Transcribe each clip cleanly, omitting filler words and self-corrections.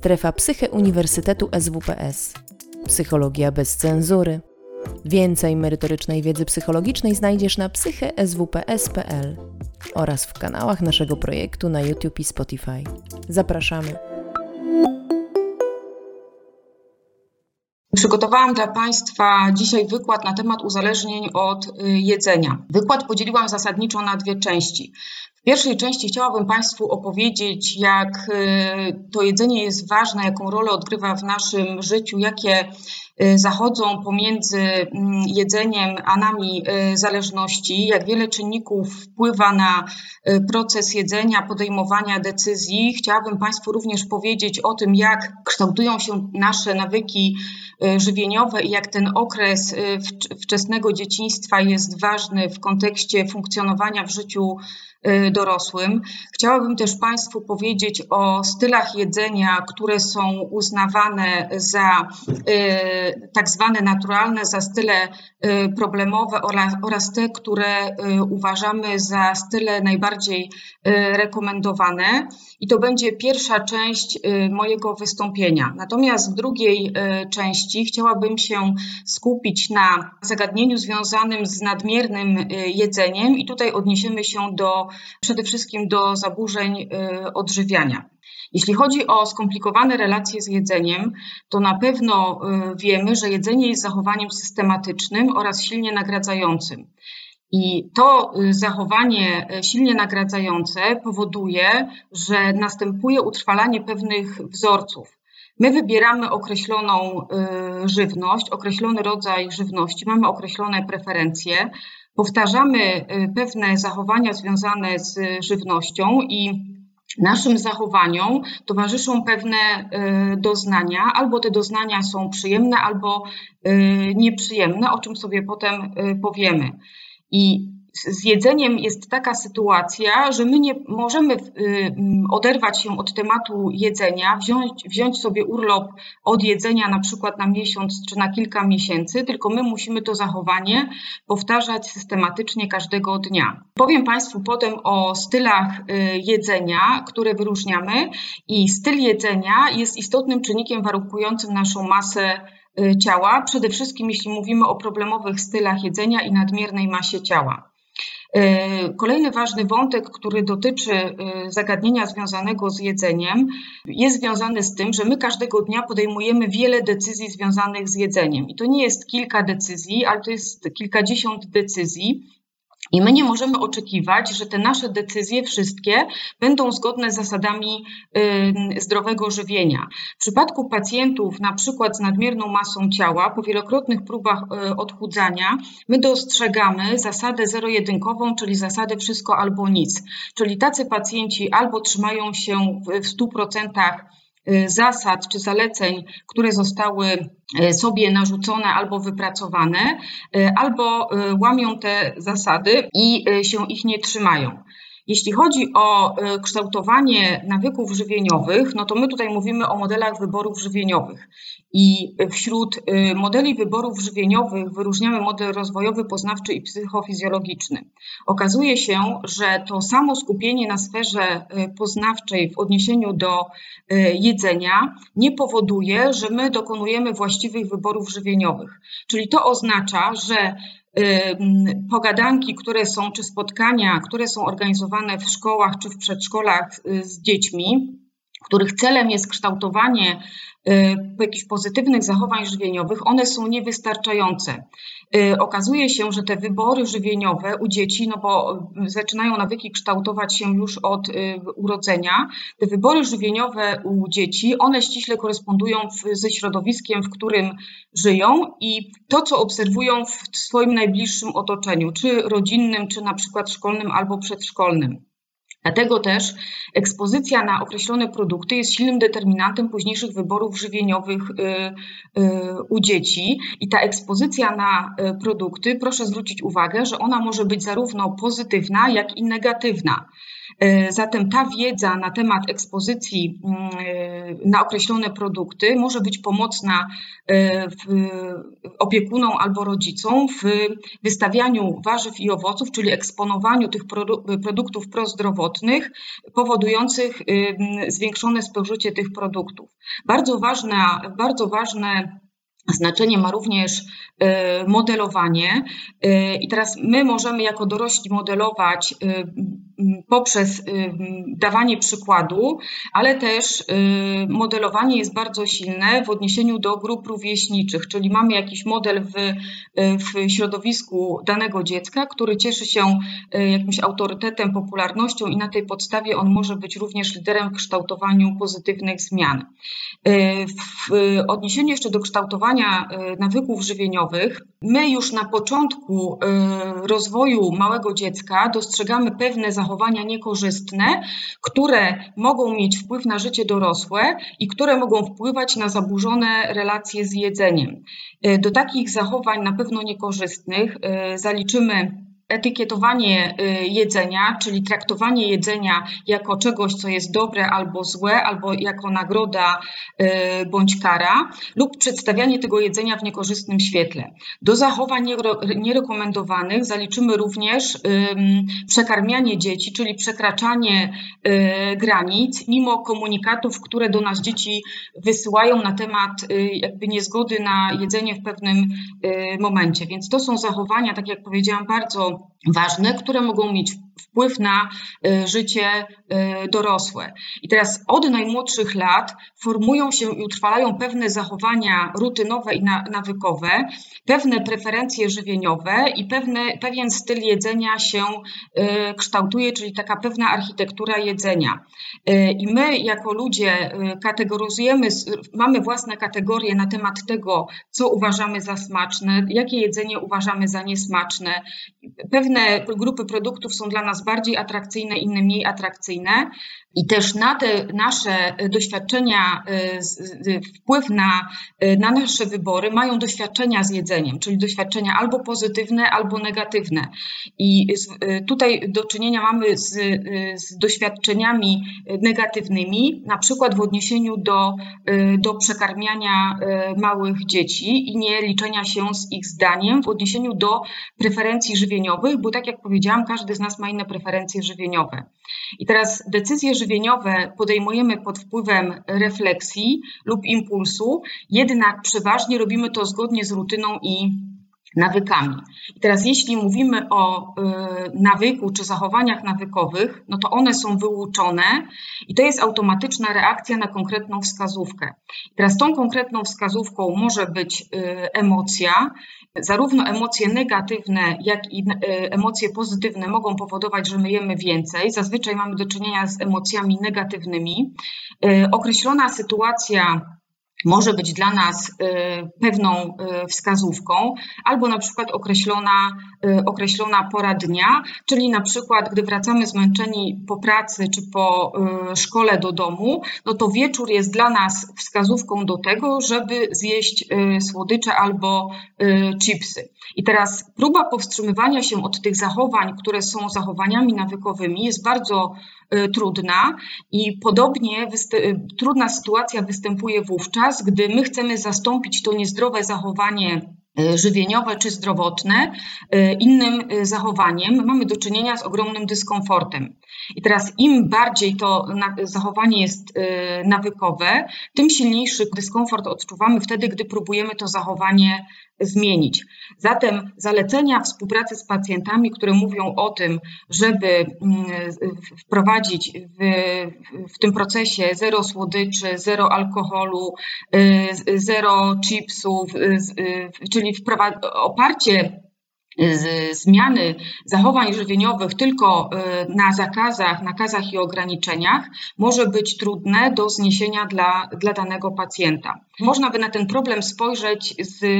Strefa Psyche Uniwersytetu SWPS. Psychologia bez cenzury. Więcej merytorycznej wiedzy psychologicznej znajdziesz na psycheswps.pl oraz w kanałach naszego projektu na YouTube i Spotify. Zapraszamy. Przygotowałam dla Państwa dzisiaj wykład na temat uzależnień od jedzenia. Wykład podzieliłam zasadniczo na dwie części. W pierwszej części chciałabym Państwu opowiedzieć, jak to jedzenie jest ważne, jaką rolę odgrywa w naszym życiu, jakie zachodzą pomiędzy jedzeniem a nami zależności, jak wiele czynników wpływa na proces jedzenia, podejmowania decyzji. Chciałabym Państwu również powiedzieć o tym, jak kształtują się nasze nawyki żywieniowe i jak ten okres wczesnego dzieciństwa jest ważny w kontekście funkcjonowania w życiu dorosłym. Chciałabym też Państwu powiedzieć o stylach jedzenia, które są uznawane za tak zwane naturalne, za style problemowe oraz te, które uważamy za style najbardziej rekomendowane. I to będzie pierwsza część mojego wystąpienia. Natomiast w drugiej części chciałabym się skupić na zagadnieniu związanym z nadmiernym jedzeniem i tutaj odniesiemy się przede wszystkim do zaburzeń odżywiania. Jeśli chodzi o skomplikowane relacje z jedzeniem, to na pewno wiemy, że jedzenie jest zachowaniem systematycznym oraz silnie nagradzającym. I to zachowanie silnie nagradzające powoduje, że następuje utrwalanie pewnych wzorców. My wybieramy określoną żywność, określony rodzaj żywności, mamy określone preferencje, powtarzamy pewne zachowania związane z żywnością i naszym zachowaniom towarzyszą pewne doznania, albo te doznania są przyjemne, albo nieprzyjemne, o czym sobie potem powiemy. I z jedzeniem jest taka sytuacja, że my nie możemy oderwać się od tematu jedzenia, wziąć sobie urlop od jedzenia na przykład na miesiąc czy na kilka miesięcy, tylko my musimy to zachowanie powtarzać systematycznie każdego dnia. Powiem Państwu potem o stylach jedzenia, które wyróżniamy i styl jedzenia jest istotnym czynnikiem warunkującym naszą masę ciała, przede wszystkim jeśli mówimy o problemowych stylach jedzenia i nadmiernej masie ciała. Kolejny ważny wątek, który dotyczy zagadnienia związanego z jedzeniem, jest związany z tym, że my każdego dnia podejmujemy wiele decyzji związanych z jedzeniem. I to nie jest kilka decyzji, ale to jest kilkadziesiąt decyzji. I my nie możemy oczekiwać, że te nasze decyzje wszystkie będą zgodne z zasadami zdrowego żywienia. W przypadku pacjentów na przykład z nadmierną masą ciała, po wielokrotnych próbach odchudzania, my dostrzegamy zasadę zero-jedynkową, czyli zasadę wszystko albo nic. Czyli tacy pacjenci albo trzymają się w 100% zasad czy zaleceń, które zostały sobie narzucone albo wypracowane, albo łamią te zasady i się ich nie trzymają. Jeśli chodzi o kształtowanie nawyków żywieniowych, no to my tutaj mówimy o modelach wyborów żywieniowych. I wśród modeli wyborów żywieniowych wyróżniamy model rozwojowy, poznawczy i psychofizjologiczny. Okazuje się, że to samo skupienie na sferze poznawczej w odniesieniu do jedzenia nie powoduje, że my dokonujemy właściwych wyborów żywieniowych. Czyli to oznacza, że pogadanki, czy spotkania, które są organizowane w szkołach czy w przedszkolach z dziećmi, których celem jest kształtowanie jakichś pozytywnych zachowań żywieniowych, one są niewystarczające. Okazuje się, że te wybory żywieniowe u dzieci, no bo zaczynają nawyki kształtować się już od urodzenia, te wybory żywieniowe u dzieci, one ściśle korespondują ze środowiskiem, w którym żyją i to, co obserwują w swoim najbliższym otoczeniu, czy rodzinnym, czy na przykład szkolnym albo przedszkolnym. Dlatego też ekspozycja na określone produkty jest silnym determinantem późniejszych wyborów żywieniowych u dzieci i ta ekspozycja na produkty, proszę zwrócić uwagę, że ona może być zarówno pozytywna, jak i negatywna. Zatem ta wiedza na temat ekspozycji na określone produkty może być pomocna opiekunom albo rodzicom w wystawianiu warzyw i owoców, czyli eksponowaniu tych produktów prozdrowotnych, powodujących zwiększone spożycie tych produktów. Bardzo ważne znaczenie ma również modelowanie i teraz my możemy jako dorośli modelować poprzez dawanie przykładu, ale też modelowanie jest bardzo silne w odniesieniu do grup rówieśniczych, czyli mamy jakiś model w środowisku danego dziecka, który cieszy się jakimś autorytetem, popularnością i na tej podstawie on może być również liderem w kształtowaniu pozytywnych zmian. W odniesieniu jeszcze do kształtowania nawyków żywieniowych, my już na początku rozwoju małego dziecka dostrzegamy pewne zachowania niekorzystne, które mogą mieć wpływ na życie dorosłe i które mogą wpływać na zaburzone relacje z jedzeniem. Do takich zachowań na pewno niekorzystnych zaliczymy etykietowanie jedzenia, czyli traktowanie jedzenia jako czegoś, co jest dobre albo złe, albo jako nagroda bądź kara, lub przedstawianie tego jedzenia w niekorzystnym świetle. Do zachowań nierekomendowanych zaliczymy również przekarmianie dzieci, czyli przekraczanie granic, mimo komunikatów, które do nas dzieci wysyłają na temat jakby niezgody na jedzenie w pewnym momencie. Więc to są zachowania, tak jak powiedziałam, bardzo ważne, które mogą mieć wpływ na życie dorosłe. I teraz od najmłodszych lat formują się i utrwalają pewne zachowania rutynowe i nawykowe, pewne preferencje żywieniowe i pewien styl jedzenia się kształtuje, czyli taka pewna architektura jedzenia. I my jako ludzie kategoryzujemy, mamy własne kategorie na temat tego, co uważamy za smaczne, jakie jedzenie uważamy za niesmaczne. Pewne grupy produktów są dla nas bardziej atrakcyjne, inne mniej atrakcyjne i też na te nasze doświadczenia, wpływ na nasze wybory mają doświadczenia z jedzeniem, czyli doświadczenia albo pozytywne, albo negatywne. I tutaj do czynienia mamy z doświadczeniami negatywnymi, na przykład w odniesieniu do przekarmiania małych dzieci i nie liczenia się z ich zdaniem w odniesieniu do preferencji żywieniowych, bo tak jak powiedziałam, każdy z nas ma inne preferencje żywieniowe. I teraz decyzje żywieniowe podejmujemy pod wpływem refleksji lub impulsu, jednak przeważnie robimy to zgodnie z rutyną i nawykami. I teraz jeśli mówimy o nawyku czy zachowaniach nawykowych, no to one są wyuczone i to jest automatyczna reakcja na konkretną wskazówkę. I teraz tą konkretną wskazówką może być emocja. Zarówno emocje negatywne, jak i emocje pozytywne mogą powodować, że my jemy więcej. Zazwyczaj mamy do czynienia z emocjami negatywnymi. Określona sytuacja może być dla nas pewną wskazówką, albo na przykład określona pora dnia, czyli na przykład gdy wracamy zmęczeni po pracy czy po szkole do domu, no to wieczór jest dla nas wskazówką do tego, żeby zjeść słodycze albo chipsy. I teraz próba powstrzymywania się od tych zachowań, które są zachowaniami nawykowymi, jest bardzo trudna i podobnie trudna sytuacja występuje wówczas, gdy my chcemy zastąpić to niezdrowe zachowanie żywieniowe czy zdrowotne innym zachowaniem, mamy do czynienia z ogromnym dyskomfortem. I teraz im bardziej to zachowanie jest nawykowe, tym silniejszy dyskomfort odczuwamy wtedy, gdy próbujemy to zachowanie zmienić. Zatem zalecenia współpracy z pacjentami, które mówią o tym, żeby wprowadzić w tym procesie zero słodyczy, zero alkoholu, zero chipsów, czyli oparcie zmiany zachowań żywieniowych tylko na nakazach i ograniczeniach może być trudne do zniesienia dla danego pacjenta. Można by na ten problem spojrzeć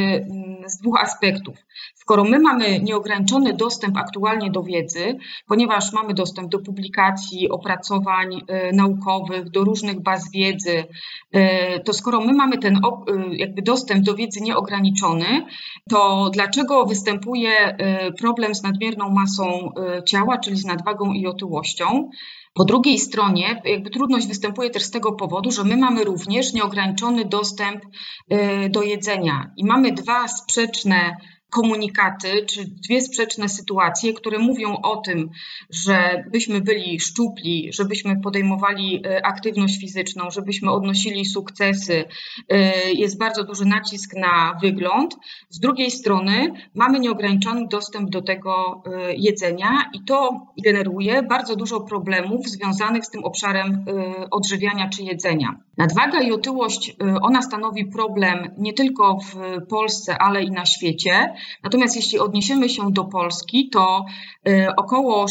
z dwóch aspektów. Skoro my mamy nieograniczony dostęp aktualnie do wiedzy, ponieważ mamy dostęp do publikacji, opracowań naukowych, do różnych baz wiedzy, to skoro my mamy ten jakby dostęp do wiedzy nieograniczony, to dlaczego występuje problem z nadmierną masą ciała, czyli z nadwagą i otyłością? Po drugiej stronie trudność występuje też z tego powodu, że my mamy również nieograniczony dostęp do jedzenia i mamy dwa sprzeczne komunikaty, czy dwie sprzeczne sytuacje, które mówią o tym, żebyśmy byli szczupli, żebyśmy podejmowali aktywność fizyczną, żebyśmy odnosili sukcesy. Jest bardzo duży nacisk na wygląd. Z drugiej strony mamy nieograniczony dostęp do tego jedzenia i to generuje bardzo dużo problemów związanych z tym obszarem odżywiania czy jedzenia. Nadwaga i otyłość, ona stanowi problem nie tylko w Polsce, ale i na świecie. Natomiast jeśli odniesiemy się do Polski, to około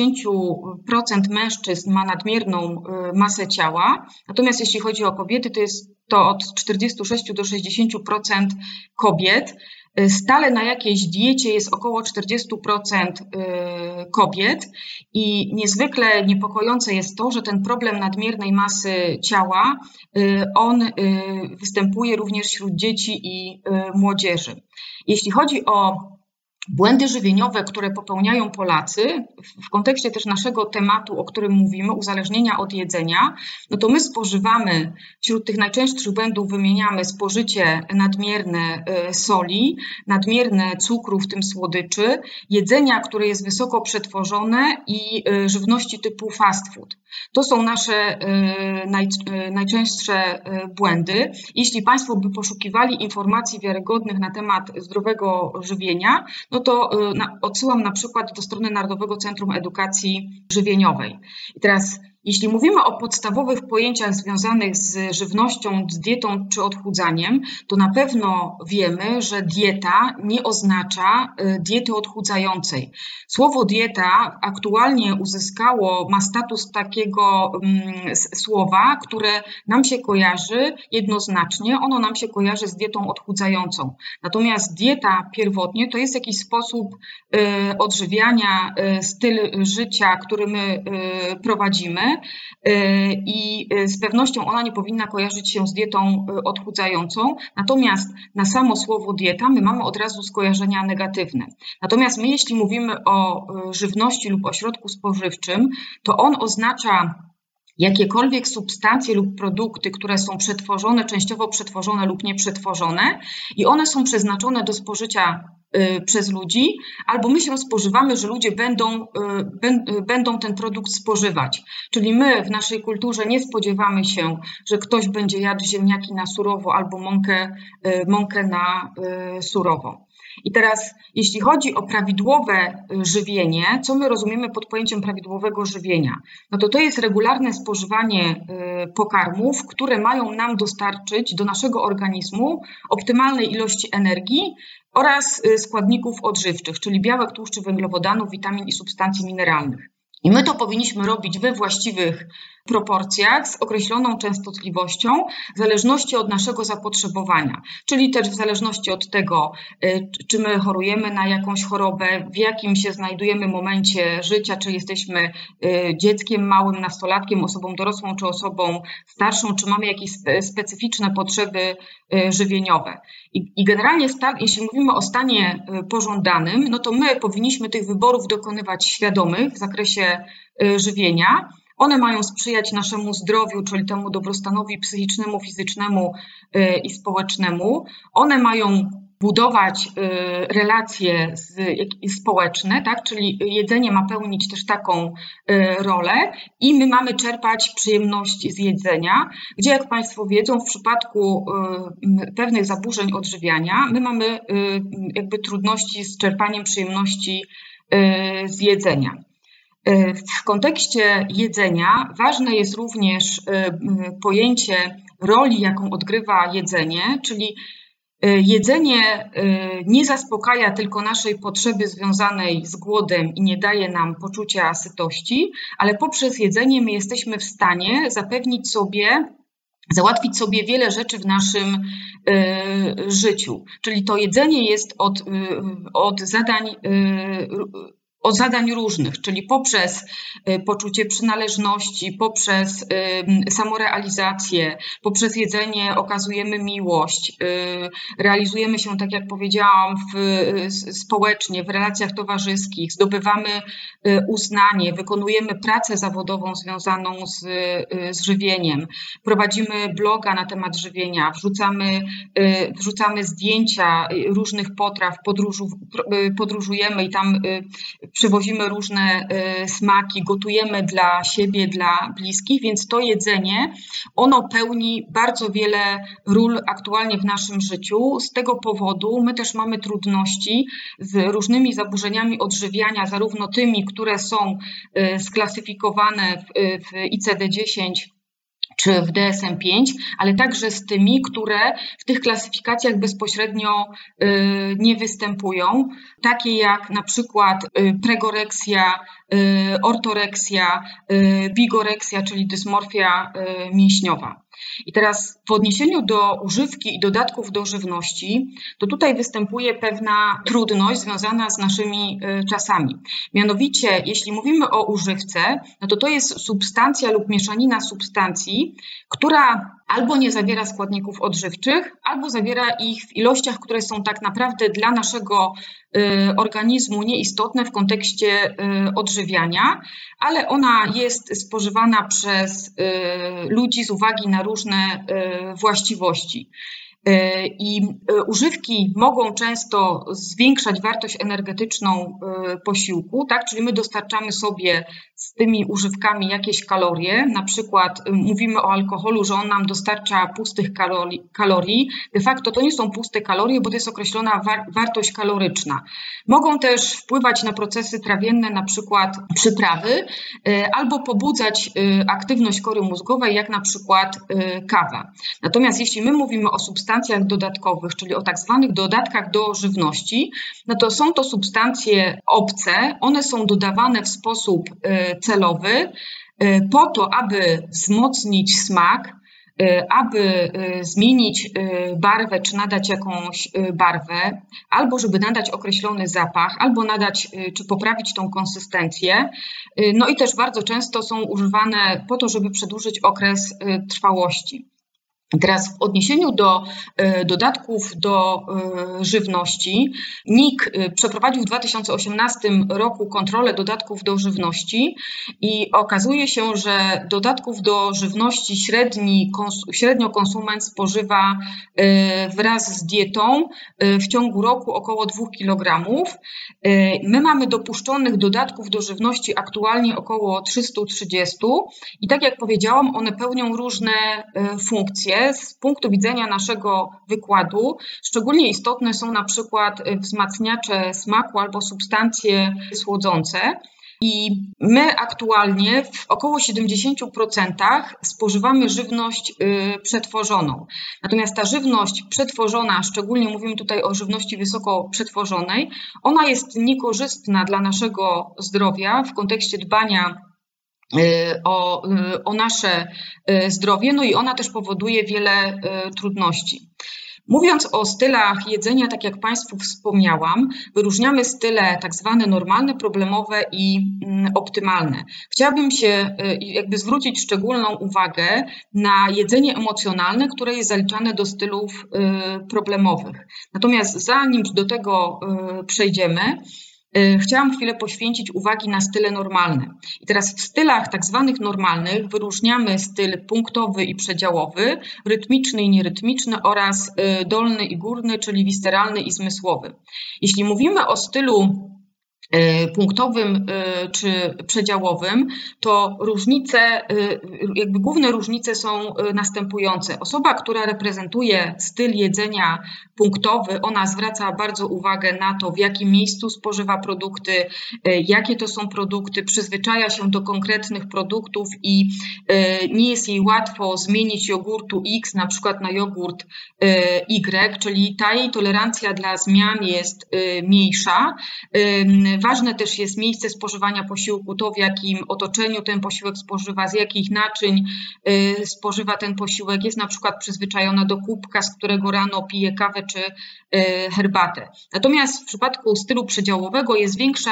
60% mężczyzn ma nadmierną masę ciała. Natomiast jeśli chodzi o kobiety, to jest to od 46 do 60% kobiet. Stale na jakiejś diecie jest około 40% kobiet i niezwykle niepokojące jest to, że ten problem nadmiernej masy ciała, on występuje również wśród dzieci i młodzieży. Jeśli chodzi o błędy żywieniowe, które popełniają Polacy, w kontekście też naszego tematu, o którym mówimy, uzależnienia od jedzenia, no to my spożywamy, wśród tych najczęstszych błędów wymieniamy spożycie nadmierne soli, nadmierne cukru, w tym słodyczy, jedzenia, które jest wysoko przetworzone i żywności typu fast food. To są nasze najczęstsze błędy. Jeśli Państwo by poszukiwali informacji wiarygodnych na temat zdrowego żywienia, no to odsyłam na przykład do strony Narodowego Centrum Edukacji Żywieniowej. I teraz, jeśli mówimy o podstawowych pojęciach związanych z żywnością, z dietą czy odchudzaniem, to na pewno wiemy, że dieta nie oznacza diety odchudzającej. Słowo dieta aktualnie ma status takiego słowa, które nam się kojarzy jednoznacznie, ono nam się kojarzy z dietą odchudzającą. Natomiast dieta pierwotnie to jest jakiś sposób odżywiania, styl życia, który my prowadzimy, i z pewnością ona nie powinna kojarzyć się z dietą odchudzającą, natomiast na samo słowo dieta my mamy od razu skojarzenia negatywne. Natomiast my, jeśli mówimy o żywności lub o środku spożywczym, to on oznacza jakiekolwiek substancje lub produkty, które są przetworzone, częściowo przetworzone lub nieprzetworzone i one są przeznaczone do spożycia przez ludzi, albo my się spożywamy, że ludzie będą ten produkt spożywać. Czyli my w naszej kulturze nie spodziewamy się, że ktoś będzie jadł ziemniaki na surowo albo mąkę na surowo. I teraz, jeśli chodzi o prawidłowe żywienie, co my rozumiemy pod pojęciem prawidłowego żywienia? No to jest regularne spożywanie pokarmów, które mają nam dostarczyć do naszego organizmu optymalnej ilości energii oraz składników odżywczych, czyli białek, tłuszczy, węglowodanów, witamin i substancji mineralnych. I my to powinniśmy robić we właściwych proporcjach z określoną częstotliwością w zależności od naszego zapotrzebowania, czyli też w zależności od tego, czy my chorujemy na jakąś chorobę, w jakim się znajdujemy momencie życia, czy jesteśmy dzieckiem, małym nastolatkiem, osobą dorosłą, czy osobą starszą, czy mamy jakieś specyficzne potrzeby żywieniowe. I generalnie, jeśli mówimy o stanie pożądanym, no to my powinniśmy tych wyborów dokonywać świadomych w zakresie żywienia. One mają sprzyjać naszemu zdrowiu, czyli temu dobrostanowi psychicznemu, fizycznemu i społecznemu. One mają budować relacje społeczne, tak? Czyli jedzenie ma pełnić też taką rolę i my mamy czerpać przyjemność z jedzenia, gdzie jak Państwo wiedzą, w przypadku pewnych zaburzeń odżywiania my mamy trudności z czerpaniem przyjemności z jedzenia. W kontekście jedzenia ważne jest również pojęcie roli, jaką odgrywa jedzenie, czyli jedzenie nie zaspokaja tylko naszej potrzeby związanej z głodem i nie daje nam poczucia sytości, ale poprzez jedzenie my jesteśmy w stanie załatwić sobie wiele rzeczy w naszym życiu. Czyli to jedzenie jest od zadań zadań różnych, czyli poprzez poczucie przynależności, poprzez samorealizację, poprzez jedzenie okazujemy miłość, realizujemy się, tak jak powiedziałam, społecznie, w relacjach towarzyskich, zdobywamy uznanie, wykonujemy pracę zawodową związaną z żywieniem, prowadzimy bloga na temat żywienia, wrzucamy zdjęcia różnych potraw, podróżujemy i tam przywozimy różne smaki, gotujemy dla siebie, dla bliskich, więc to jedzenie, ono pełni bardzo wiele ról aktualnie w naszym życiu. Z tego powodu my też mamy trudności z różnymi zaburzeniami odżywiania, zarówno tymi, które są sklasyfikowane w ICD-10 czy w DSM-5, ale także z tymi, które w tych klasyfikacjach bezpośrednio nie występują, takie jak na przykład pregoreksja, ortoreksja, bigoreksja, czyli dysmorfia mięśniowa. I teraz w odniesieniu do używki i dodatków do żywności, to tutaj występuje pewna trudność związana z naszymi czasami. Mianowicie, jeśli mówimy o używce, no to jest substancja lub mieszanina substancji, która albo nie zawiera składników odżywczych, albo zawiera ich w ilościach, które są tak naprawdę dla naszego organizmu nieistotne w kontekście odżywiania, ale ona jest spożywana przez ludzi z uwagi na różne właściwości. I używki mogą często zwiększać wartość energetyczną posiłku, tak? Czyli my dostarczamy sobie z tymi używkami jakieś kalorie, na przykład mówimy o alkoholu, że on nam dostarcza pustych kalorii. De facto to nie są puste kalorie, bo to jest określona wartość kaloryczna. Mogą też wpływać na procesy trawienne, na przykład przyprawy, albo pobudzać aktywność kory mózgowej, jak na przykład kawa. Natomiast jeśli my mówimy o substancjach dodatkowych, czyli o tak zwanych dodatkach do żywności, no to są to substancje obce, one są dodawane w sposób celowy po to, aby wzmocnić smak, aby zmienić barwę czy nadać jakąś barwę, albo żeby nadać określony zapach, albo nadać czy poprawić tą konsystencję. No i też bardzo często są używane po to, żeby przedłużyć okres trwałości. Teraz w odniesieniu do dodatków do żywności, NIK przeprowadził w 2018 roku kontrolę dodatków do żywności i okazuje się, że dodatków do żywności średnio konsument spożywa wraz z dietą w ciągu roku około 2 kg. My mamy dopuszczonych dodatków do żywności aktualnie około 330 i tak jak powiedziałam, one pełnią różne funkcje. Z punktu widzenia naszego wykładu szczególnie istotne są na przykład wzmacniacze smaku albo substancje słodzące. I my aktualnie w około 70% spożywamy żywność przetworzoną. Natomiast ta żywność przetworzona, szczególnie mówimy tutaj o żywności wysoko przetworzonej, ona jest niekorzystna dla naszego zdrowia w kontekście dbania o nasze zdrowie, no i ona też powoduje wiele trudności. Mówiąc o stylach jedzenia, tak jak Państwu wspomniałam, wyróżniamy style tak zwane normalne, problemowe i optymalne. Chciałabym się zwrócić szczególną uwagę na jedzenie emocjonalne, które jest zaliczane do stylów problemowych. Natomiast zanim do tego przejdziemy, chciałam chwilę poświęcić uwagi na style normalne. I teraz w stylach tak zwanych normalnych wyróżniamy styl punktowy i przedziałowy, rytmiczny i nierytmiczny oraz dolny i górny, czyli wisteralny i zmysłowy. Jeśli mówimy o stylu punktowym czy przedziałowym, to główne różnice są następujące. Osoba, która reprezentuje styl jedzenia punktowy, ona zwraca bardzo uwagę na to, w jakim miejscu spożywa produkty, jakie to są produkty, przyzwyczaja się do konkretnych produktów i nie jest jej łatwo zmienić jogurtu X na przykład na jogurt Y, czyli ta jej tolerancja dla zmian jest mniejsza. Ważne też jest miejsce spożywania posiłku, to w jakim otoczeniu ten posiłek spożywa, z jakich naczyń spożywa ten posiłek. Jest na przykład przyzwyczajona do kubka, z którego rano pije kawę czy herbatę. Natomiast w przypadku stylu przedziałowego jest większa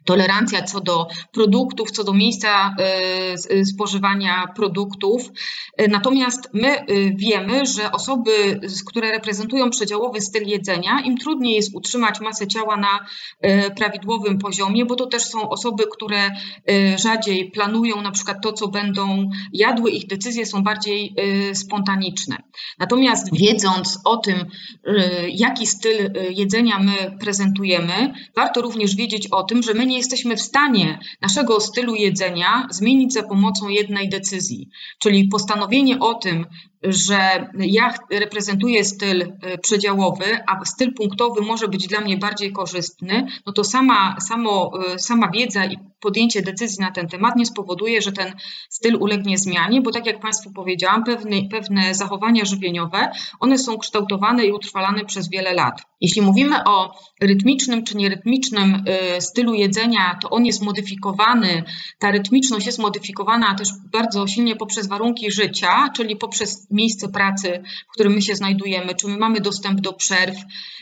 tolerancja co do produktów, co do miejsca spożywania produktów. Natomiast my wiemy, że osoby, które reprezentują przedziałowy styl jedzenia, im trudniej jest utrzymać masę ciała na prawidłowym poziomie, bo to też są osoby, które rzadziej planują na przykład to, co będą jadły, ich decyzje są bardziej spontaniczne. Natomiast wiedząc o tym, jaki styl jedzenia my prezentujemy, warto również wiedzieć o tym, że my nie jesteśmy w stanie naszego stylu jedzenia zmienić za pomocą jednej decyzji. Czyli postanowienie o tym, że ja reprezentuję styl przedziałowy, a styl punktowy może być dla mnie bardziej korzystny, no to sama wiedza i podjęcie decyzji na ten temat nie spowoduje, że ten styl ulegnie zmianie, bo tak jak Państwu powiedziałam, pewne zachowania żywieniowe, one są kształtowane i utrwalane przez wiele lat. Jeśli mówimy o rytmicznym czy nierytmicznym stylu jedzenia, to on jest modyfikowany, ta rytmiczność jest modyfikowana też bardzo silnie poprzez warunki życia, czyli poprzez miejsce pracy, w którym my się znajdujemy, czy my mamy dostęp do przerw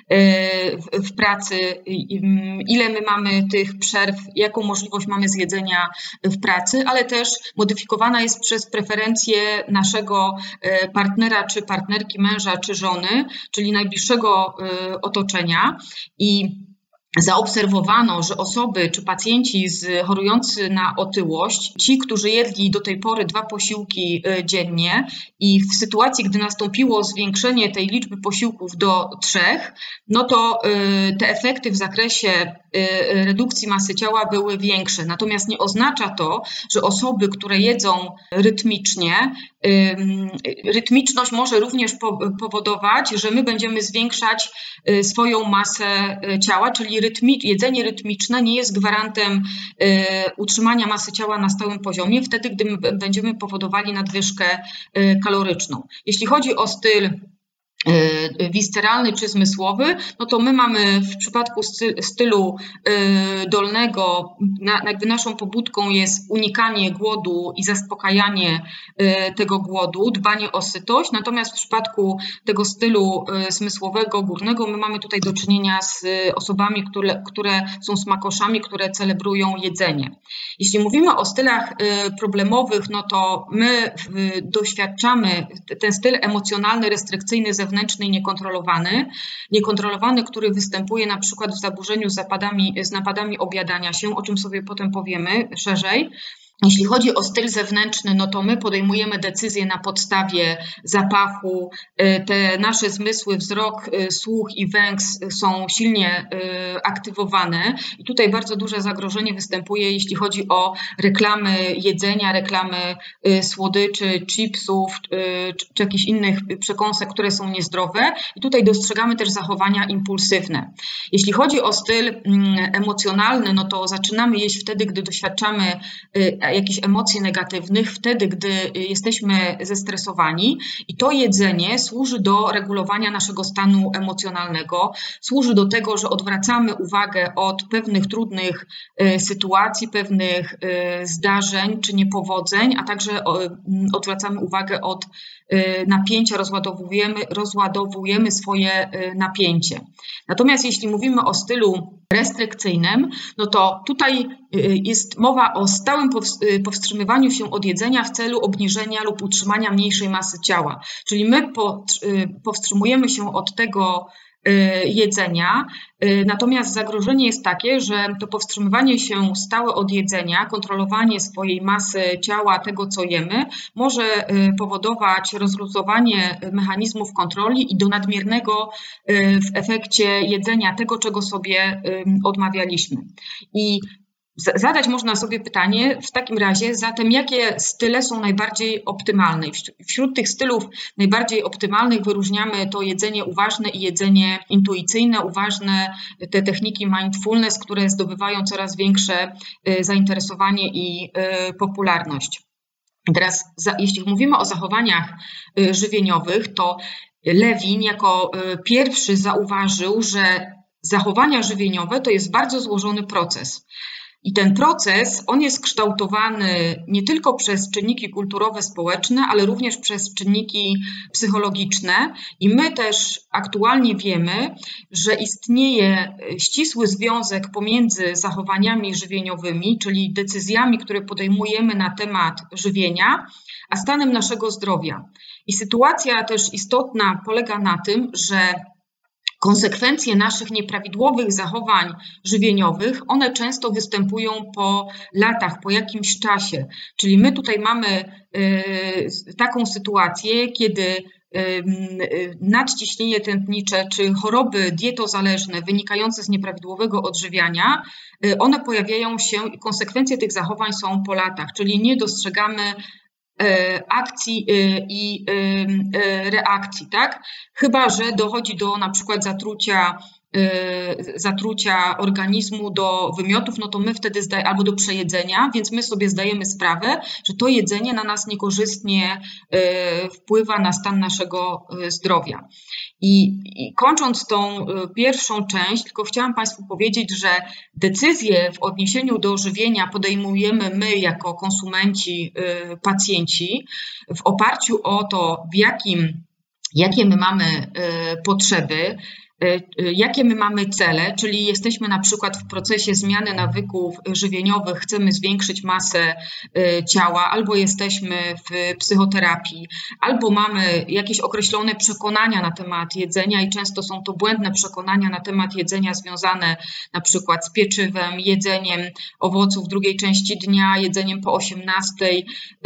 w pracy, ile my mamy tych przerw, jaką możliwość mamy zjedzenia w pracy, ale też modyfikowana jest przez preferencje naszego partnera, czy partnerki, męża, czy żony, czyli najbliższego otoczenia. I zaobserwowano, że osoby czy pacjenci chorujący na otyłość, ci, którzy jedli do tej pory 2 posiłki dziennie i w sytuacji, gdy nastąpiło zwiększenie tej liczby posiłków do 3, no to te efekty w zakresie redukcji masy ciała były większe. Natomiast nie oznacza to, że osoby, które jedzą rytmicznie, rytmiczność może również powodować, że my będziemy zwiększać swoją masę ciała, czyli jedzenie rytmiczne nie jest gwarantem utrzymania masy ciała na stałym poziomie, wtedy gdy my będziemy powodowali nadwyżkę kaloryczną. Jeśli chodzi o styl wisceralny czy zmysłowy, no to my mamy w przypadku stylu dolnego, jakby naszą pobudką jest unikanie głodu i zaspokajanie tego głodu, dbanie o sytość, natomiast w przypadku tego stylu zmysłowego, górnego, my mamy tutaj do czynienia z osobami, które są smakoszami, które celebrują jedzenie. Jeśli mówimy o stylach problemowych, no to my doświadczamy ten styl emocjonalny, restrykcyjny, zewnętrzny i niekontrolowany, który występuje na przykład w zaburzeniu z napadami objadania się, o czym sobie potem powiemy szerzej. Jeśli chodzi o styl zewnętrzny, no to my podejmujemy decyzje na podstawie zapachu. Te nasze zmysły, wzrok, słuch i węch są silnie aktywowane. I tutaj bardzo duże zagrożenie występuje, jeśli chodzi o reklamy jedzenia, reklamy słodyczy, chipsów czy jakichś innych przekąsek, które są niezdrowe. I tutaj dostrzegamy też zachowania impulsywne. Jeśli chodzi o styl emocjonalny, no to zaczynamy jeść wtedy, gdy doświadczamy jakichś emocji negatywnych, wtedy, gdy jesteśmy zestresowani i to jedzenie służy do regulowania naszego stanu emocjonalnego, służy do tego, że odwracamy uwagę od pewnych trudnych sytuacji, pewnych zdarzeń czy niepowodzeń, a także odwracamy uwagę od napięcia, rozładowujemy swoje napięcie. Natomiast jeśli mówimy o stylu restrykcyjnym, no to tutaj jest mowa o stałym powstrzymywaniu się od jedzenia w celu obniżenia lub utrzymania mniejszej masy ciała. Czyli my powstrzymujemy się od tego jedzenia, natomiast zagrożenie jest takie, że to powstrzymywanie się stałe od jedzenia, kontrolowanie swojej masy ciała, tego co jemy, może powodować rozluzowanie mechanizmów kontroli i do nadmiernego w efekcie jedzenia tego, czego sobie odmawialiśmy. I zadać można sobie pytanie w takim razie zatem, jakie style są najbardziej optymalne. Wśród tych stylów najbardziej optymalnych wyróżniamy to jedzenie uważne i jedzenie intuicyjne, uważne, te techniki mindfulness, które zdobywają coraz większe zainteresowanie i popularność. Teraz jeśli mówimy o zachowaniach żywieniowych, to Lewin jako pierwszy zauważył, że zachowania żywieniowe to jest bardzo złożony proces. I ten proces, on jest kształtowany nie tylko przez czynniki kulturowe, społeczne, ale również przez czynniki psychologiczne. I my też aktualnie wiemy, że istnieje ścisły związek pomiędzy zachowaniami żywieniowymi, czyli decyzjami, które podejmujemy na temat żywienia, a stanem naszego zdrowia. I sytuacja też istotna polega na tym, że konsekwencje naszych nieprawidłowych zachowań żywieniowych, one często występują po latach, po jakimś czasie. Czyli my tutaj mamy taką sytuację, kiedy nadciśnienie tętnicze czy choroby dietozależne wynikające z nieprawidłowego odżywiania, one pojawiają się i konsekwencje tych zachowań są po latach, czyli nie dostrzegamy akcji i reakcji, tak? Chyba że dochodzi do na przykład zatrucia organizmu do wymiotów, no to my wtedy albo do przejedzenia, więc my sobie zdajemy sprawę, że to jedzenie na nas niekorzystnie wpływa na stan naszego zdrowia. I kończąc tą pierwszą część, tylko chciałam Państwu powiedzieć, że decyzje w odniesieniu do żywienia podejmujemy my jako konsumenci, pacjenci w oparciu o to, jakie my mamy potrzeby, jakie my mamy cele, czyli jesteśmy na przykład w procesie zmiany nawyków żywieniowych, chcemy zwiększyć masę ciała, albo jesteśmy w psychoterapii, albo mamy jakieś określone przekonania na temat jedzenia i często są to błędne przekonania na temat jedzenia związane na przykład z pieczywem, jedzeniem owoców drugiej części dnia, jedzeniem po 18:00,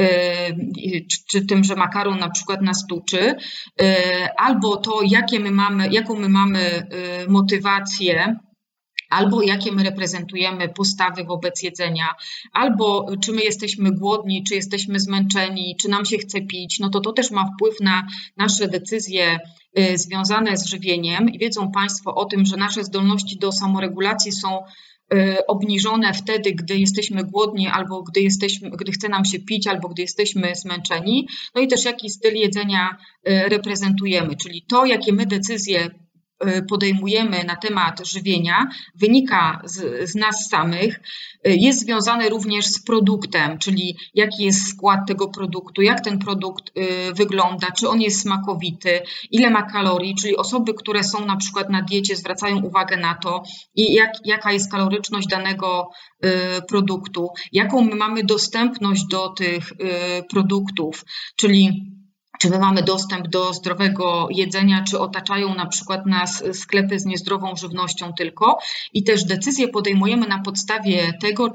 czy tym, że makaron na przykład nas tuczy, albo to, jaką my mamy motywację, albo jakie my reprezentujemy postawy wobec jedzenia, albo czy my jesteśmy głodni, czy jesteśmy zmęczeni, czy nam się chce pić, no to też ma wpływ na nasze decyzje związane z żywieniem i wiedzą Państwo o tym, że nasze zdolności do samoregulacji są obniżone wtedy, gdy jesteśmy głodni, albo gdy chce nam się pić, albo gdy jesteśmy zmęczeni, no i też jaki styl jedzenia reprezentujemy, czyli to, jakie my decyzje podejmujemy na temat żywienia, wynika z nas samych, jest związane również z produktem, czyli jaki jest skład tego produktu, jak ten produkt wygląda, czy on jest smakowity, ile ma kalorii, czyli osoby, które są na przykład na diecie, zwracają uwagę na to, jaka jest kaloryczność danego produktu, jaką my mamy dostępność do tych produktów, czyli czy my mamy dostęp do zdrowego jedzenia, czy otaczają na przykład nas sklepy z niezdrową żywnością tylko. I też decyzje podejmujemy na podstawie tego,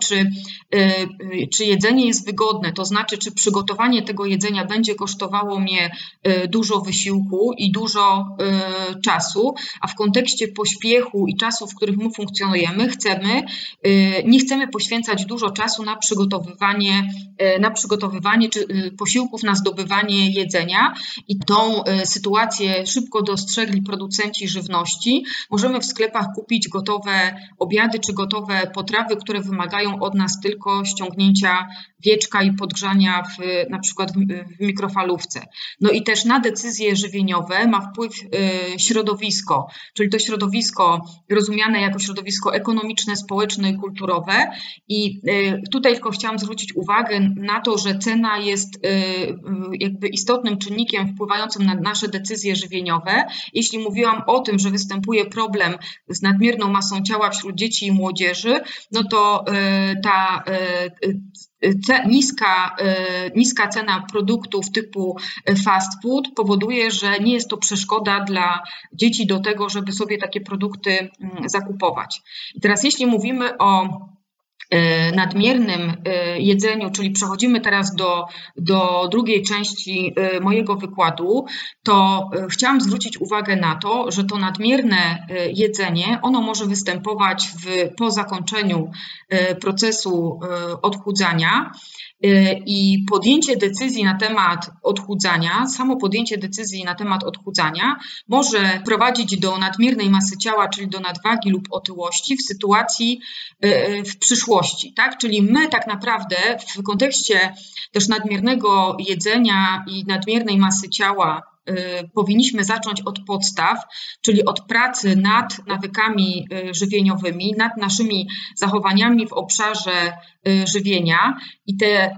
czy jedzenie jest wygodne, to znaczy, czy przygotowanie tego jedzenia będzie kosztowało mnie dużo wysiłku i dużo czasu, a w kontekście pośpiechu i czasu, w których my funkcjonujemy, nie chcemy poświęcać dużo czasu na przygotowywanie czy posiłków, na zdobywanie jedzenia. I tą sytuację szybko dostrzegli producenci żywności. Możemy w sklepach kupić gotowe obiady czy gotowe potrawy, które wymagają od nas tylko ściągnięcia wieczka i podgrzania na przykład w mikrofalówce. No i też na decyzje żywieniowe ma wpływ środowisko, czyli to środowisko rozumiane jako środowisko ekonomiczne, społeczne i kulturowe. I tutaj tylko chciałam zwrócić uwagę na to, że cena jest jakby istotnym czynnikiem wpływającym na nasze decyzje żywieniowe. Jeśli mówiłam o tym, że występuje problem z nadmierną masą ciała wśród dzieci i młodzieży, no to ta niska cena produktów typu fast food powoduje, że nie jest to przeszkoda dla dzieci do tego, żeby sobie takie produkty zakupować. I teraz jeśli mówimy o nadmiernym jedzeniu, czyli przechodzimy teraz do drugiej części mojego wykładu, to chciałam zwrócić uwagę na to, że to nadmierne jedzenie, ono może występować po zakończeniu procesu odchudzania i podjęcie decyzji na temat odchudzania, samo podjęcie decyzji na temat odchudzania może prowadzić do nadmiernej masy ciała, czyli do nadwagi lub otyłości w sytuacji w przyszłości, tak? Czyli my tak naprawdę w kontekście też nadmiernego jedzenia i nadmiernej masy ciała powinniśmy zacząć od podstaw, czyli od pracy nad nawykami żywieniowymi, nad naszymi zachowaniami w obszarze żywienia i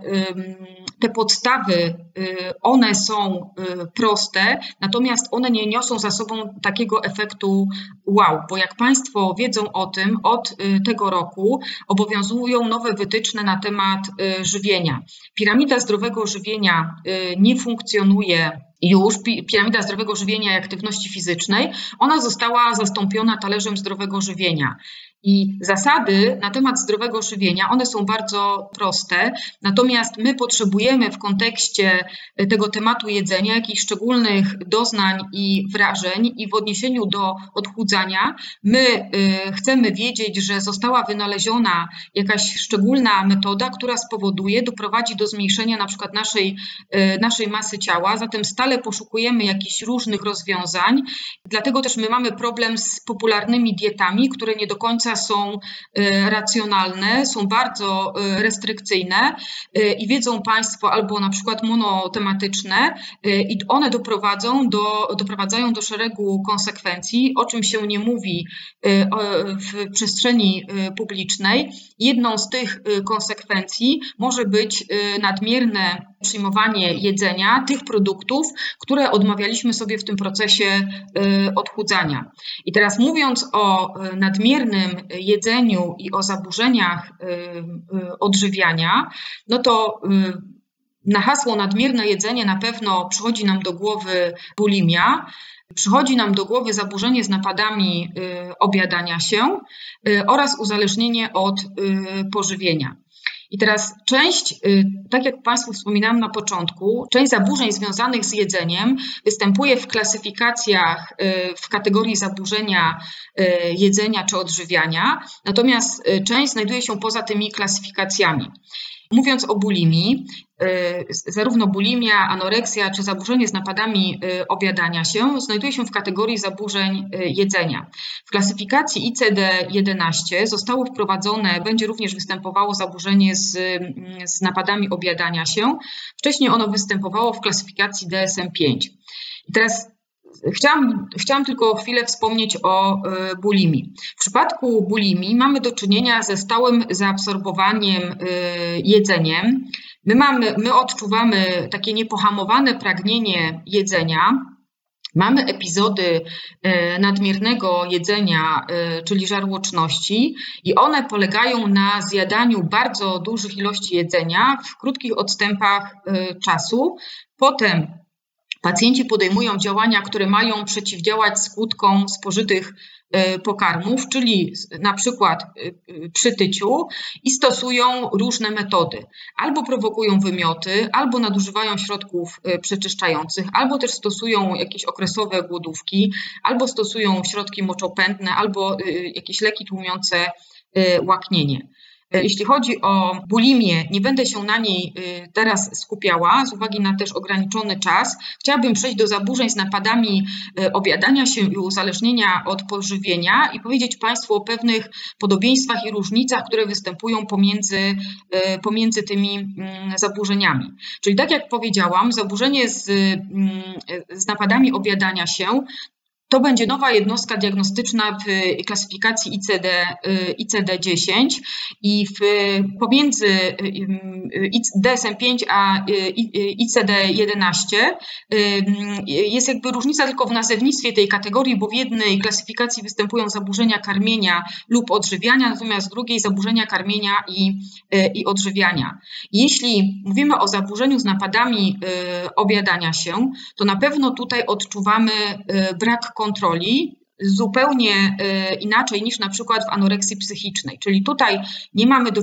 te podstawy, one są proste, natomiast one nie niosą za sobą takiego efektu wow, bo jak Państwo wiedzą o tym, od tego roku obowiązują nowe wytyczne na temat żywienia. Piramida zdrowego żywienia nie funkcjonuje już, piramida zdrowego żywienia i aktywności fizycznej, ona została zastąpiona talerzem zdrowego żywienia. I zasady na temat zdrowego żywienia, one są bardzo proste, natomiast my potrzebujemy w kontekście tego tematu jedzenia jakichś szczególnych doznań i wrażeń i w odniesieniu do odchudzania my chcemy wiedzieć, że została wynaleziona jakaś szczególna metoda, która doprowadzi do zmniejszenia na przykład naszej masy ciała, zatem stale poszukujemy jakichś różnych rozwiązań, dlatego też my mamy problem z popularnymi dietami, które nie do końca są racjonalne, są bardzo restrykcyjne i wiedzą Państwo albo na przykład monotematyczne i one doprowadzają do szeregu konsekwencji, o czym się nie mówi w przestrzeni publicznej. Jedną z tych konsekwencji może być nadmierne przyjmowanie jedzenia tych produktów, które odmawialiśmy sobie w tym procesie odchudzania. I teraz mówiąc o nadmiernym jedzeniu i o zaburzeniach odżywiania, no to na hasło nadmierne jedzenie na pewno przychodzi nam do głowy bulimia, przychodzi nam do głowy zaburzenie z napadami objadania się oraz uzależnienie od pożywienia. I teraz tak jak Państwu wspominałam na początku, część zaburzeń związanych z jedzeniem występuje w klasyfikacjach w kategorii zaburzenia jedzenia czy odżywiania, natomiast część znajduje się poza tymi klasyfikacjami. Mówiąc o bulimii, zarówno bulimia, anoreksja czy zaburzenie z napadami objadania się znajduje się w kategorii zaburzeń jedzenia. W klasyfikacji ICD-11 zostało wprowadzone, będzie również występowało zaburzenie z napadami objadania się. Wcześniej ono występowało w klasyfikacji DSM-5. I teraz Chciałam tylko chwilę wspomnieć o bulimii. W przypadku bulimii mamy do czynienia ze stałym zaabsorbowaniem jedzeniem. My odczuwamy takie niepohamowane pragnienie jedzenia. Mamy epizody nadmiernego jedzenia, czyli żarłoczności i one polegają na zjadaniu bardzo dużych ilości jedzenia w krótkich odstępach czasu. Potem pacjenci podejmują działania, które mają przeciwdziałać skutkom spożytych pokarmów, czyli na przykład przy tyciu i stosują różne metody. Albo prowokują wymioty, albo nadużywają środków przeczyszczających, albo też stosują jakieś okresowe głodówki, albo stosują środki moczopędne, albo jakieś leki tłumiące łaknienie. Jeśli chodzi o bulimię, nie będę się na niej teraz skupiała z uwagi na też ograniczony czas. Chciałabym przejść do zaburzeń z napadami objadania się i uzależnienia od pożywienia i powiedzieć Państwu o pewnych podobieństwach i różnicach, które występują pomiędzy tymi zaburzeniami. Czyli tak jak powiedziałam, zaburzenie z napadami objadania się to będzie nowa jednostka diagnostyczna w klasyfikacji ICD-10 i pomiędzy DSM-5 a ICD-11 jest jakby różnica tylko w nazewnictwie tej kategorii, bo w jednej klasyfikacji występują zaburzenia karmienia lub odżywiania, natomiast w drugiej zaburzenia karmienia i odżywiania. Jeśli mówimy o zaburzeniu z napadami objadania się, to na pewno tutaj odczuwamy brak kontroli zupełnie inaczej niż na przykład w anoreksji psychicznej. Czyli tutaj nie mamy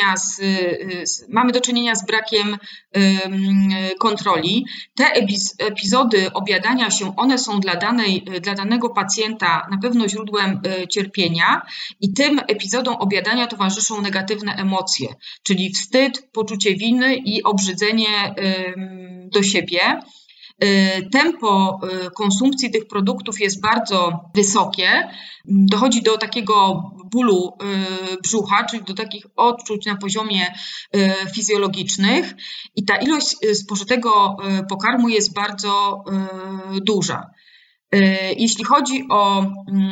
do czynienia z brakiem kontroli. Te epizody objadania się, one są dla danego pacjenta na pewno źródłem cierpienia i tym epizodom objadania towarzyszą negatywne emocje, czyli wstyd, poczucie winy i obrzydzenie do siebie. tempo konsumpcji tych produktów jest bardzo wysokie. Dochodzi do takiego bólu brzucha, czyli do takich odczuć na poziomie fizjologicznych i ta ilość spożytego pokarmu jest bardzo duża. Jeśli chodzi o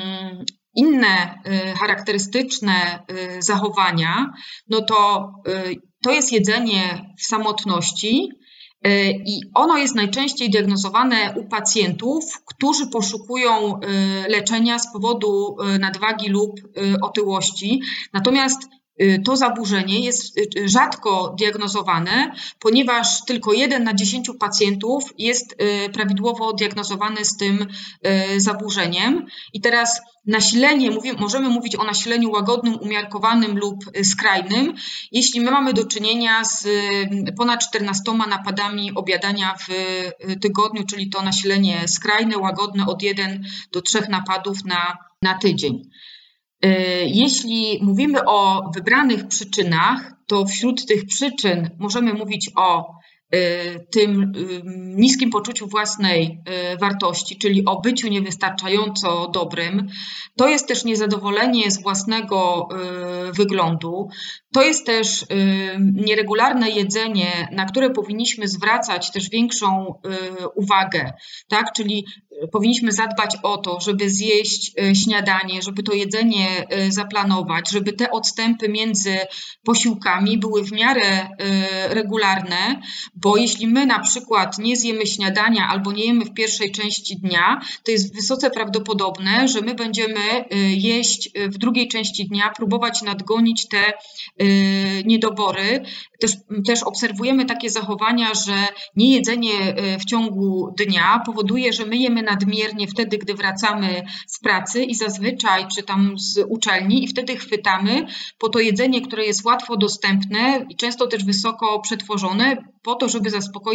inne charakterystyczne zachowania, no to jest jedzenie w samotności i ono jest najczęściej diagnozowane u pacjentów, którzy poszukują leczenia z powodu nadwagi lub otyłości. Natomiast to zaburzenie jest rzadko diagnozowane, ponieważ tylko 1 na 10 pacjentów jest prawidłowo diagnozowany z tym zaburzeniem. I teraz nasilenie, możemy mówić o nasileniu łagodnym, umiarkowanym lub skrajnym, jeśli my mamy do czynienia z ponad 14 napadami objadania w tygodniu, czyli to nasilenie skrajne, łagodne od 1 do 3 napadów na tydzień. Jeśli mówimy o wybranych przyczynach, to wśród tych przyczyn możemy mówić o tym niskim poczuciu własnej wartości, czyli o byciu niewystarczająco dobrym. To jest też niezadowolenie z własnego wyglądu. To jest też nieregularne jedzenie, na które powinniśmy zwracać też większą uwagę, tak? Czyli powinniśmy zadbać o to, żeby zjeść śniadanie, żeby to jedzenie zaplanować, żeby te odstępy między posiłkami były w miarę regularne, bo jeśli my na przykład nie zjemy śniadania albo nie jemy w pierwszej części dnia, to jest wysoce prawdopodobne, że my będziemy jeść w drugiej części dnia, próbować nadgonić te niedobory. Też obserwujemy takie zachowania, że niejedzenie w ciągu dnia powoduje, że my jemy nadmiernie wtedy, gdy wracamy z pracy i zazwyczaj czy tam z uczelni i wtedy chwytamy po to jedzenie, które jest łatwo dostępne i często też wysoko przetworzone, po to, żeby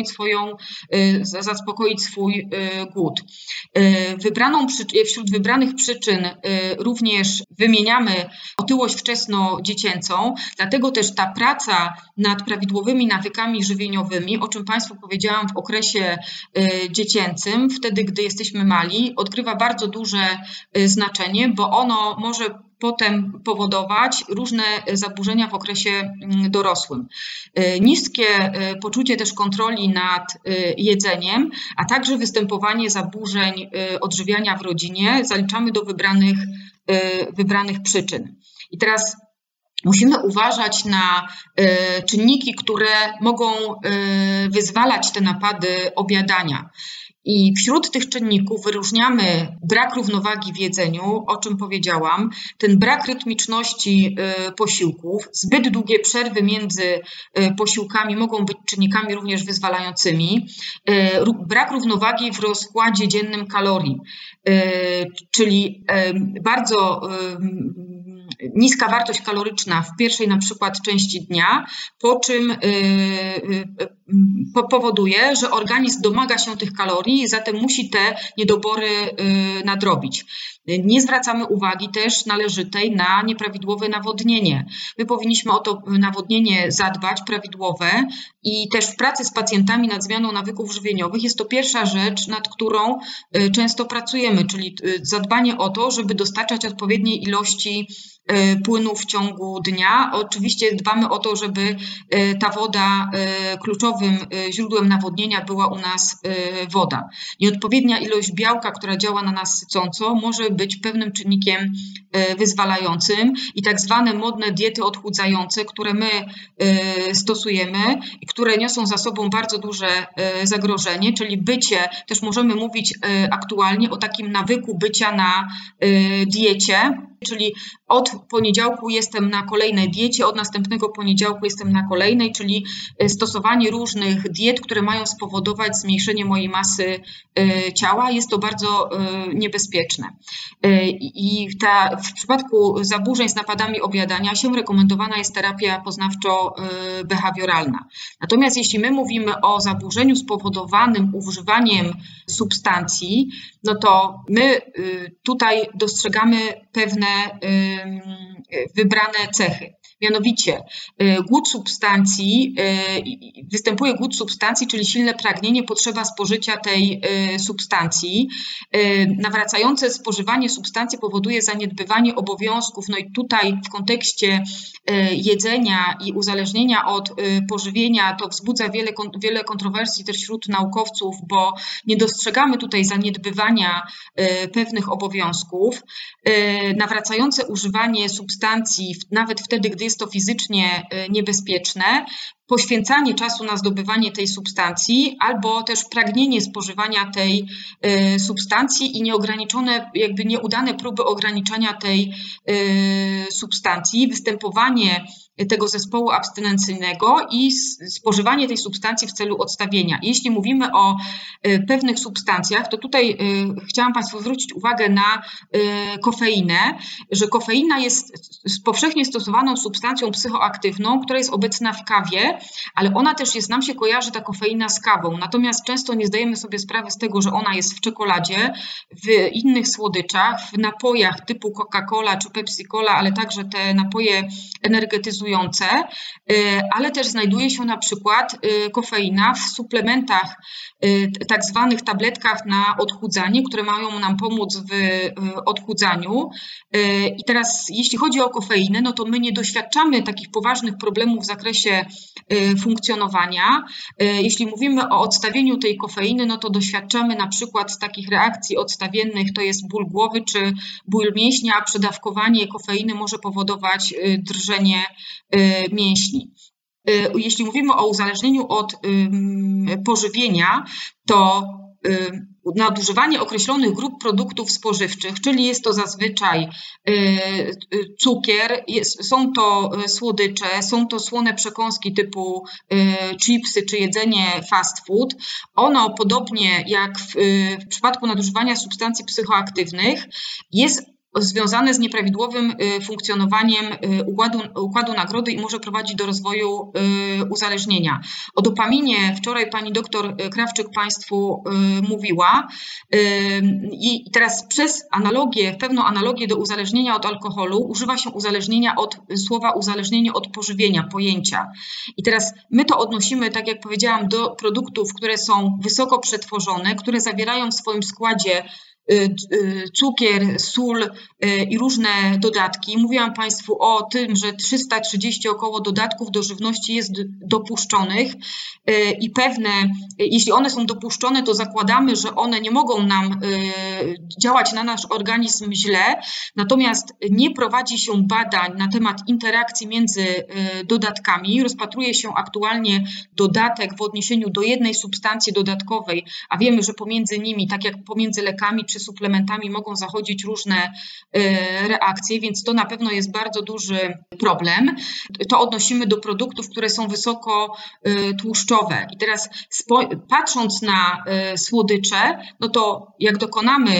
zaspokoić swój głód. Wśród wybranych przyczyn również wymieniamy otyłość wczesnodziecięcą, dlatego też ta praca nad prawidłowymi nawykami żywieniowymi, o czym Państwu powiedziałam w okresie dziecięcym, wtedy gdy jesteśmy mali, odgrywa bardzo duże znaczenie, bo ono może potem powodować różne zaburzenia w okresie dorosłym. Niskie poczucie też kontroli nad jedzeniem, a także występowanie zaburzeń odżywiania w rodzinie zaliczamy do wybranych przyczyn. I teraz musimy uważać na czynniki, które mogą wyzwalać te napady objadania. I wśród tych czynników wyróżniamy brak równowagi w jedzeniu, o czym powiedziałam, ten brak rytmiczności posiłków, zbyt długie przerwy między posiłkami mogą być czynnikami również wyzwalającymi, brak równowagi w rozkładzie dziennym kalorii, czyli bardzo niska wartość kaloryczna w pierwszej na przykład części dnia, po czym powoduje, że organizm domaga się tych kalorii, zatem musi te niedobory nadrobić. Nie zwracamy uwagi też należytej na nieprawidłowe nawodnienie. My powinniśmy o to nawodnienie zadbać, prawidłowe, i też w pracy z pacjentami nad zmianą nawyków żywieniowych jest to pierwsza rzecz, nad którą często pracujemy, czyli zadbanie o to, żeby dostarczać odpowiedniej ilości płynów w ciągu dnia. Oczywiście dbamy o to, żeby ta woda, kluczowym źródłem nawodnienia była u nas woda. Nieodpowiednia ilość białka, która działa na nas sycąco, może być pewnym czynnikiem wyzwalającym i tak zwane modne diety odchudzające, które my stosujemy i które niosą za sobą bardzo duże zagrożenie, czyli też możemy mówić aktualnie o takim nawyku bycia na diecie, czyli od poniedziałku jestem na kolejnej diecie, od następnego poniedziałku jestem na kolejnej, czyli stosowanie różnych diet, które mają spowodować zmniejszenie mojej masy ciała. Jest to bardzo niebezpieczne. I w przypadku zaburzeń z napadami objadania rekomendowana jest terapia poznawczo-behawioralna. Natomiast jeśli my mówimy o zaburzeniu spowodowanym używaniem substancji, no to my tutaj dostrzegamy pewne wybrane cechy. Mianowicie głód substancji, występuje głód substancji, czyli silne pragnienie, potrzeba spożycia tej substancji. Nawracające spożywanie substancji powoduje zaniedbywanie obowiązków. No i tutaj w kontekście jedzenia i uzależnienia od pożywienia to wzbudza wiele kontrowersji też wśród naukowców, bo nie dostrzegamy tutaj zaniedbywania pewnych obowiązków. Nawracające używanie substancji, nawet wtedy, gdy jest to fizycznie niebezpieczne, poświęcanie czasu na zdobywanie tej substancji albo też pragnienie spożywania tej substancji i nieograniczone, jakby nieudane próby ograniczania tej substancji, występowanie tego zespołu abstynencyjnego i spożywanie tej substancji w celu odstawienia. Jeśli mówimy o pewnych substancjach, to tutaj chciałam Państwu zwrócić uwagę na kofeinę, że kofeina jest powszechnie stosowaną substancją psychoaktywną, która jest obecna w kawie, ale ona też nam się kojarzy ta kofeina z kawą. Natomiast często nie zdajemy sobie sprawy z tego, że ona jest w czekoladzie, w innych słodyczach, w napojach typu Coca-Cola czy Pepsi-Cola, ale także te napoje energetyzujące, ale też znajduje się na przykład kofeina w suplementach, tak zwanych tabletkach na odchudzanie, które mają nam pomóc w odchudzaniu. I teraz jeśli chodzi o kofeinę, no to my nie doświadczamy takich poważnych problemów w zakresie funkcjonowania. Jeśli mówimy o odstawieniu tej kofeiny, no to doświadczamy na przykład takich reakcji odstawiennych, to jest ból głowy czy ból mięśnia, a przedawkowanie kofeiny może powodować drżenie mięśni. Jeśli mówimy o uzależnieniu od pożywienia, to nadużywanie określonych grup produktów spożywczych, czyli jest to zazwyczaj cukier, są to słodycze, są to słone przekąski typu chipsy czy jedzenie fast food. Ono, podobnie jak w przypadku nadużywania substancji psychoaktywnych, jest związane z nieprawidłowym funkcjonowaniem układu nagrody i może prowadzić do rozwoju uzależnienia. O dopaminie wczoraj pani doktor Krawczyk Państwu mówiła i teraz przez pewną analogię do uzależnienia od alkoholu używa się uzależnienia od słowa uzależnienie od pożywienia, pojęcia. I teraz my to odnosimy, tak jak powiedziałam, do produktów, które są wysoko przetworzone, które zawierają w swoim składzie cukier, sól i różne dodatki. Mówiłam Państwu o tym, że 330 około dodatków do żywności jest dopuszczonych i pewne, jeśli one są dopuszczone, to zakładamy, że one nie mogą nam działać na nasz organizm źle, natomiast nie prowadzi się badań na temat interakcji między dodatkami. Rozpatruje się aktualnie dodatek w odniesieniu do jednej substancji dodatkowej, a wiemy, że pomiędzy nimi, tak jak pomiędzy lekami czy suplementami mogą zachodzić różne reakcje, więc to na pewno jest bardzo duży problem. To odnosimy do produktów, które są wysoko tłuszczowe. I teraz patrząc na słodycze, no to jak dokonamy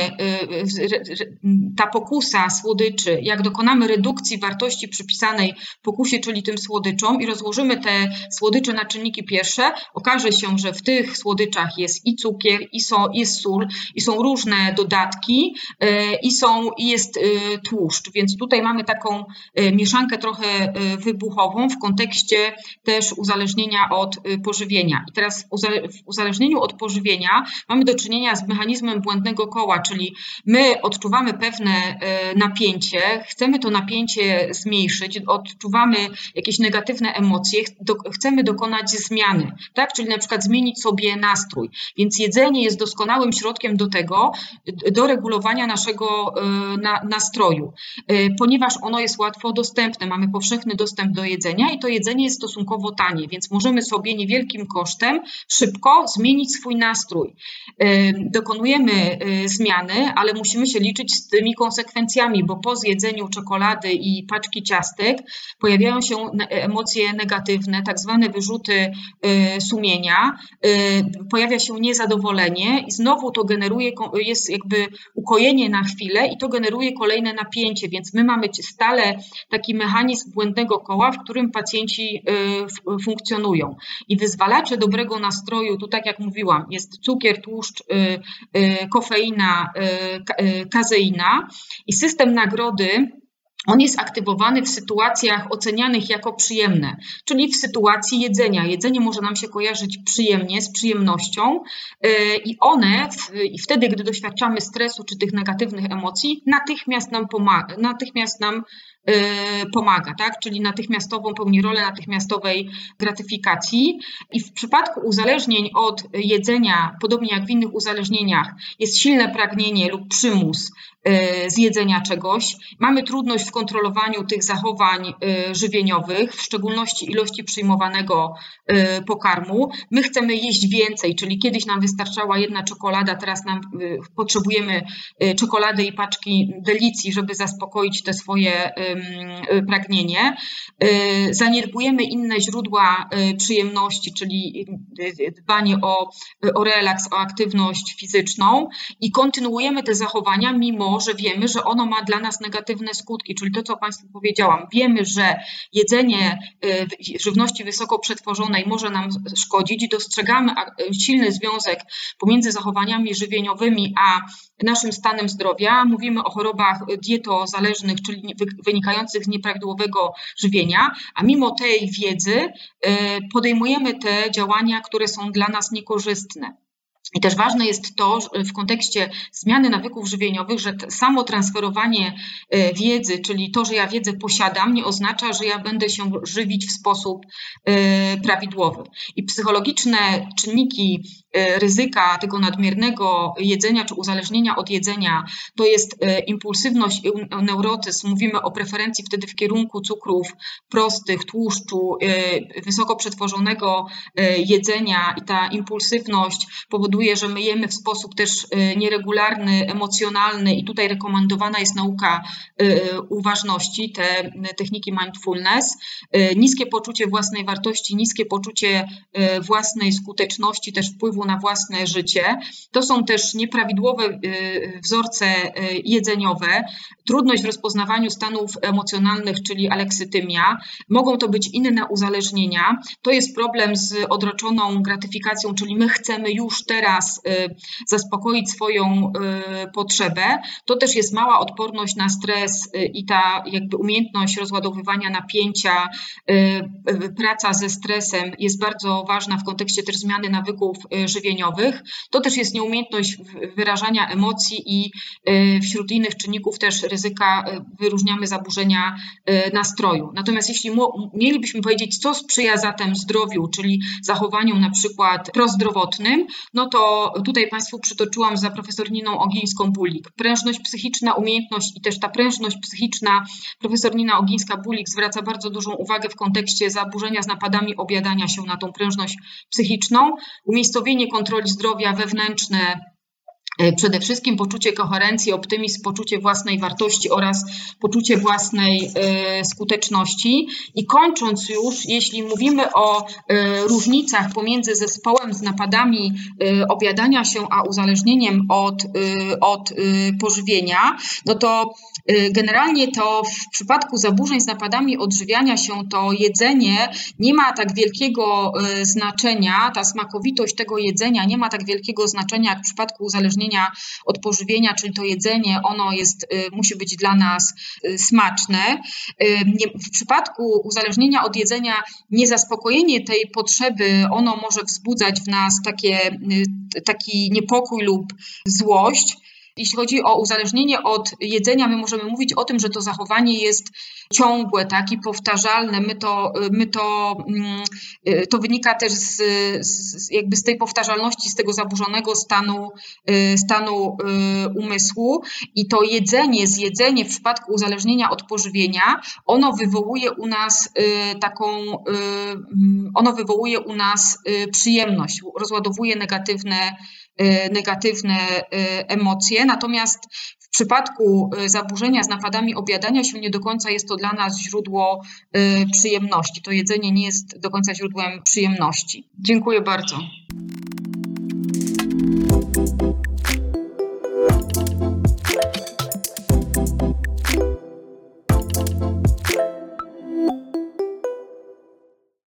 ta pokusa słodyczy, jak dokonamy redukcji wartości przypisanej pokusie, czyli tym słodyczom i rozłożymy te słodycze na czynniki pierwsze, okaże się, że w tych słodyczach jest i cukier, jest sól, i są różne dodatki i jest tłuszcz, więc tutaj mamy taką mieszankę trochę wybuchową w kontekście też uzależnienia od pożywienia. I teraz w uzależnieniu od pożywienia mamy do czynienia z mechanizmem błędnego koła, czyli my odczuwamy pewne napięcie, chcemy to napięcie zmniejszyć, odczuwamy jakieś negatywne emocje, chcemy dokonać zmiany, tak? Czyli na przykład zmienić sobie nastrój, więc jedzenie jest doskonałym środkiem do tego, do regulowania naszego nastroju, ponieważ ono jest łatwo dostępne, mamy powszechny dostęp do jedzenia i to jedzenie jest stosunkowo tanie, więc możemy sobie niewielkim kosztem szybko zmienić swój nastrój. Dokonujemy zmiany, ale musimy się liczyć z tymi konsekwencjami, bo po zjedzeniu czekolady i paczki ciastek pojawiają się emocje negatywne, tak zwane wyrzuty sumienia, pojawia się niezadowolenie i znowu to generuje, jest jakby ukojenie na chwilę i to generuje kolejne napięcie, więc my mamy stale taki mechanizm błędnego koła, w którym pacjenci funkcjonują. I wyzwalacze dobrego nastroju, tu tak jak mówiłam, jest cukier, tłuszcz, kofeina, kazeina i system nagrody On jest aktywowany w sytuacjach ocenianych jako przyjemne, czyli w sytuacji jedzenia. Jedzenie może nam się kojarzyć przyjemnie, z przyjemnością i one, wtedy, gdy doświadczamy stresu czy tych negatywnych emocji, natychmiast nam pomaga, tak? Czyli natychmiastową pełni rolę natychmiastowej gratyfikacji. I w przypadku uzależnień od jedzenia, podobnie jak w innych uzależnieniach, jest silne pragnienie lub przymus zjedzenia czegoś. Mamy trudność w kontrolowaniu tych zachowań żywieniowych, w szczególności ilości przyjmowanego pokarmu. My chcemy jeść więcej, czyli kiedyś nam wystarczała jedna czekolada, teraz potrzebujemy czekolady i paczki delicji, żeby zaspokoić te swoje pragnienie. Zaniedbujemy inne źródła przyjemności, czyli dbanie o relaks, o aktywność fizyczną i kontynuujemy te zachowania, mimo że wiemy, że ono ma dla nas negatywne skutki, czyli to, co Państwu powiedziałam. Wiemy, że jedzenie żywności wysoko przetworzonej może nam szkodzić. Dostrzegamy silny związek pomiędzy zachowaniami żywieniowymi a naszym stanem zdrowia. Mówimy o chorobach dietozależnych, czyli wynikających z nieprawidłowego żywienia, a mimo tej wiedzy podejmujemy te działania, które są dla nas niekorzystne. I też ważne jest to w kontekście zmiany nawyków żywieniowych, że samo transferowanie wiedzy, czyli to, że ja wiedzę posiadam, nie oznacza, że ja będę się żywić w sposób prawidłowy. I psychologiczne czynniki ryzyka tego nadmiernego jedzenia czy uzależnienia od jedzenia to jest impulsywność, neurotyzm. Mówimy o preferencji wtedy w kierunku cukrów prostych, tłuszczu, wysoko przetworzonego jedzenia i ta impulsywność powoduje, że my jemy w sposób też nieregularny, emocjonalny i tutaj rekomendowana jest nauka uważności, te techniki mindfulness, niskie poczucie własnej wartości, niskie poczucie własnej skuteczności, też wpływu na własne życie. To są też nieprawidłowe wzorce jedzeniowe, trudność w rozpoznawaniu stanów emocjonalnych, czyli aleksytymia. Mogą to być inne uzależnienia. To jest problem z odroczoną gratyfikacją, czyli my chcemy już teraz zaspokoić swoją potrzebę. To też jest mała odporność na stres i ta jakby umiejętność rozładowywania napięcia, praca ze stresem jest bardzo ważna w kontekście też zmiany nawyków żywieniowych. To też jest nieumiejętność wyrażania emocji i wśród innych czynników też ryzyka wyróżniamy zaburzenia nastroju. Natomiast jeśli mielibyśmy powiedzieć, co sprzyja zatem zdrowiu, czyli zachowaniom na przykład prozdrowotnym, no to tutaj Państwu przytoczyłam za profesor Niną Ogińską-Bulik. Prężność psychiczna, umiejętność i też ta prężność psychiczna, profesor Nina Ogińska-Bulik zwraca bardzo dużą uwagę w kontekście zaburzenia z napadami objadania się na tą prężność psychiczną, umiejscowienie kontroli zdrowia wewnętrzne, przede wszystkim poczucie koherencji, optymizm, poczucie własnej wartości oraz poczucie własnej skuteczności. I kończąc już, jeśli mówimy o różnicach pomiędzy zespołem z napadami objadania się, a uzależnieniem od pożywienia, no to generalnie to w przypadku zaburzeń z napadami odżywiania się to jedzenie nie ma tak wielkiego znaczenia, ta smakowitość tego jedzenia nie ma tak wielkiego znaczenia jak w przypadku uzależnienia od pożywienia, czyli to jedzenie, ono musi być dla nas smaczne. W przypadku uzależnienia od jedzenia niezaspokojenie tej potrzeby, ono może wzbudzać w nas taki niepokój lub złość. Jeśli chodzi o uzależnienie od jedzenia, my możemy mówić o tym, że to zachowanie jest ciągłe, tak, i powtarzalne. To wynika też z tej powtarzalności, z tego zaburzonego stanu umysłu i to zjedzenie w przypadku uzależnienia od pożywienia, ono wywołuje u nas przyjemność, rozładowuje negatywne emocje, natomiast w przypadku zaburzenia z napadami objadania się nie do końca jest to dla nas źródło przyjemności. To jedzenie nie jest do końca źródłem przyjemności. Dziękuję bardzo.